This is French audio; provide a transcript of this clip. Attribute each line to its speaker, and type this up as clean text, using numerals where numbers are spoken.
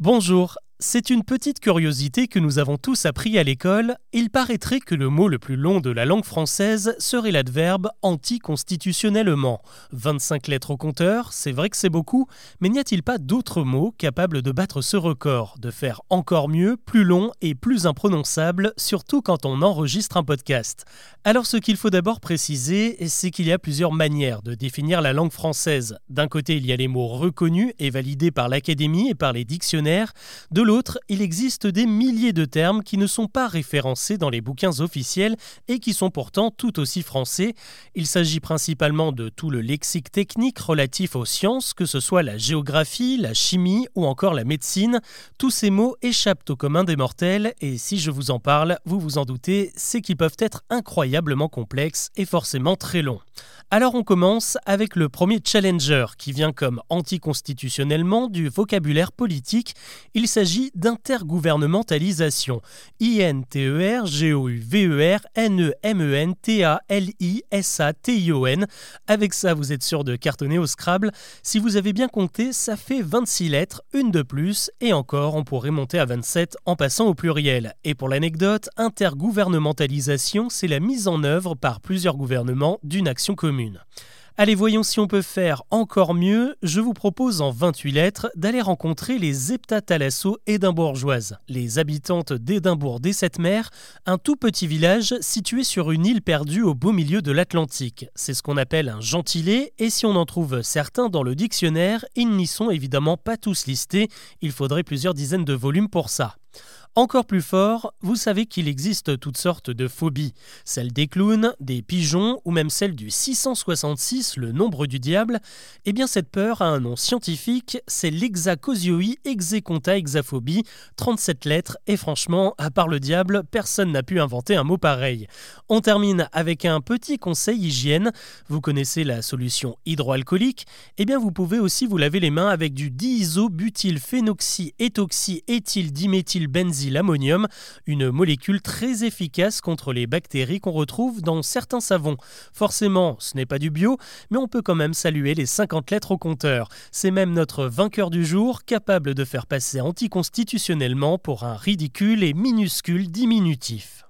Speaker 1: Bonjour, c'est une petite curiosité que nous avons tous appris à l'école. Il paraîtrait que le mot le plus long de la langue française serait l'adverbe « anticonstitutionnellement ». 25 lettres au compteur, c'est vrai que c'est beaucoup, mais n'y a-t-il pas d'autres mots capables de battre ce record, de faire encore mieux, plus long et plus imprononçable, surtout quand on enregistre un podcast? Alors ce qu'il faut d'abord préciser, c'est qu'il y a plusieurs manières de définir la langue française. D'un côté, il y a les mots reconnus et validés par l'Académie et par les dictionnaires. De l'autre, il existe des milliers de termes qui ne sont pas référencés dans les bouquins officiels et qui sont pourtant tout aussi français. Il s'agit principalement de tout le lexique technique relatif aux sciences, que ce soit la géographie, la chimie ou encore la médecine. Tous ces mots échappent au commun des mortels et si je vous en parle, vous vous en doutez, c'est qu'ils peuvent être incroyablement complexes et forcément très longs. Alors on commence avec le premier challenger qui vient comme anticonstitutionnellement du vocabulaire politique. Il s'agit d'intergouvernementalisation. INTERGOUVERNEMENTALISATION. Avec ça, vous êtes sûr de cartonner au Scrabble. Si vous avez bien compté, ça fait 26 lettres, une de plus, et encore, on pourrait monter à 27 en passant au pluriel. Et pour l'anecdote, intergouvernementalisation, c'est la mise en œuvre par plusieurs gouvernements d'une action commune. Allez, voyons si on peut faire encore mieux. Je vous propose en 28 lettres d'aller rencontrer les heptathalassos édimbourgeoises, les habitantes d'Édimbourg-des-Sept-Mers, un tout petit village situé sur une île perdue au beau milieu de l'Atlantique. C'est ce qu'on appelle un gentilé, et si on en trouve certains dans le dictionnaire, ils n'y sont évidemment pas tous listés. Il faudrait plusieurs dizaines de volumes pour ça. Encore plus fort, vous savez qu'il existe toutes sortes de phobies. Celle des clowns, des pigeons ou même celle du 666, le nombre du diable. Eh bien cette peur a un nom scientifique, c'est l'exacosioi-execonta-exaphobie, 37 lettres et franchement, à part le diable, personne n'a pu inventer un mot pareil. On termine avec un petit conseil hygiène. Vous connaissez la solution hydroalcoolique? Eh bien vous pouvez aussi vous laver les mains avec du diisobutylphénoxyéthoxyéthyldiméthylbenzyle l'ammonium, une molécule très efficace contre les bactéries qu'on retrouve dans certains savons. Forcément, ce n'est pas du bio, mais on peut quand même saluer les 50 lettres au compteur. C'est même notre vainqueur du jour, capable de faire passer anticonstitutionnellement pour un ridicule et minuscule diminutif.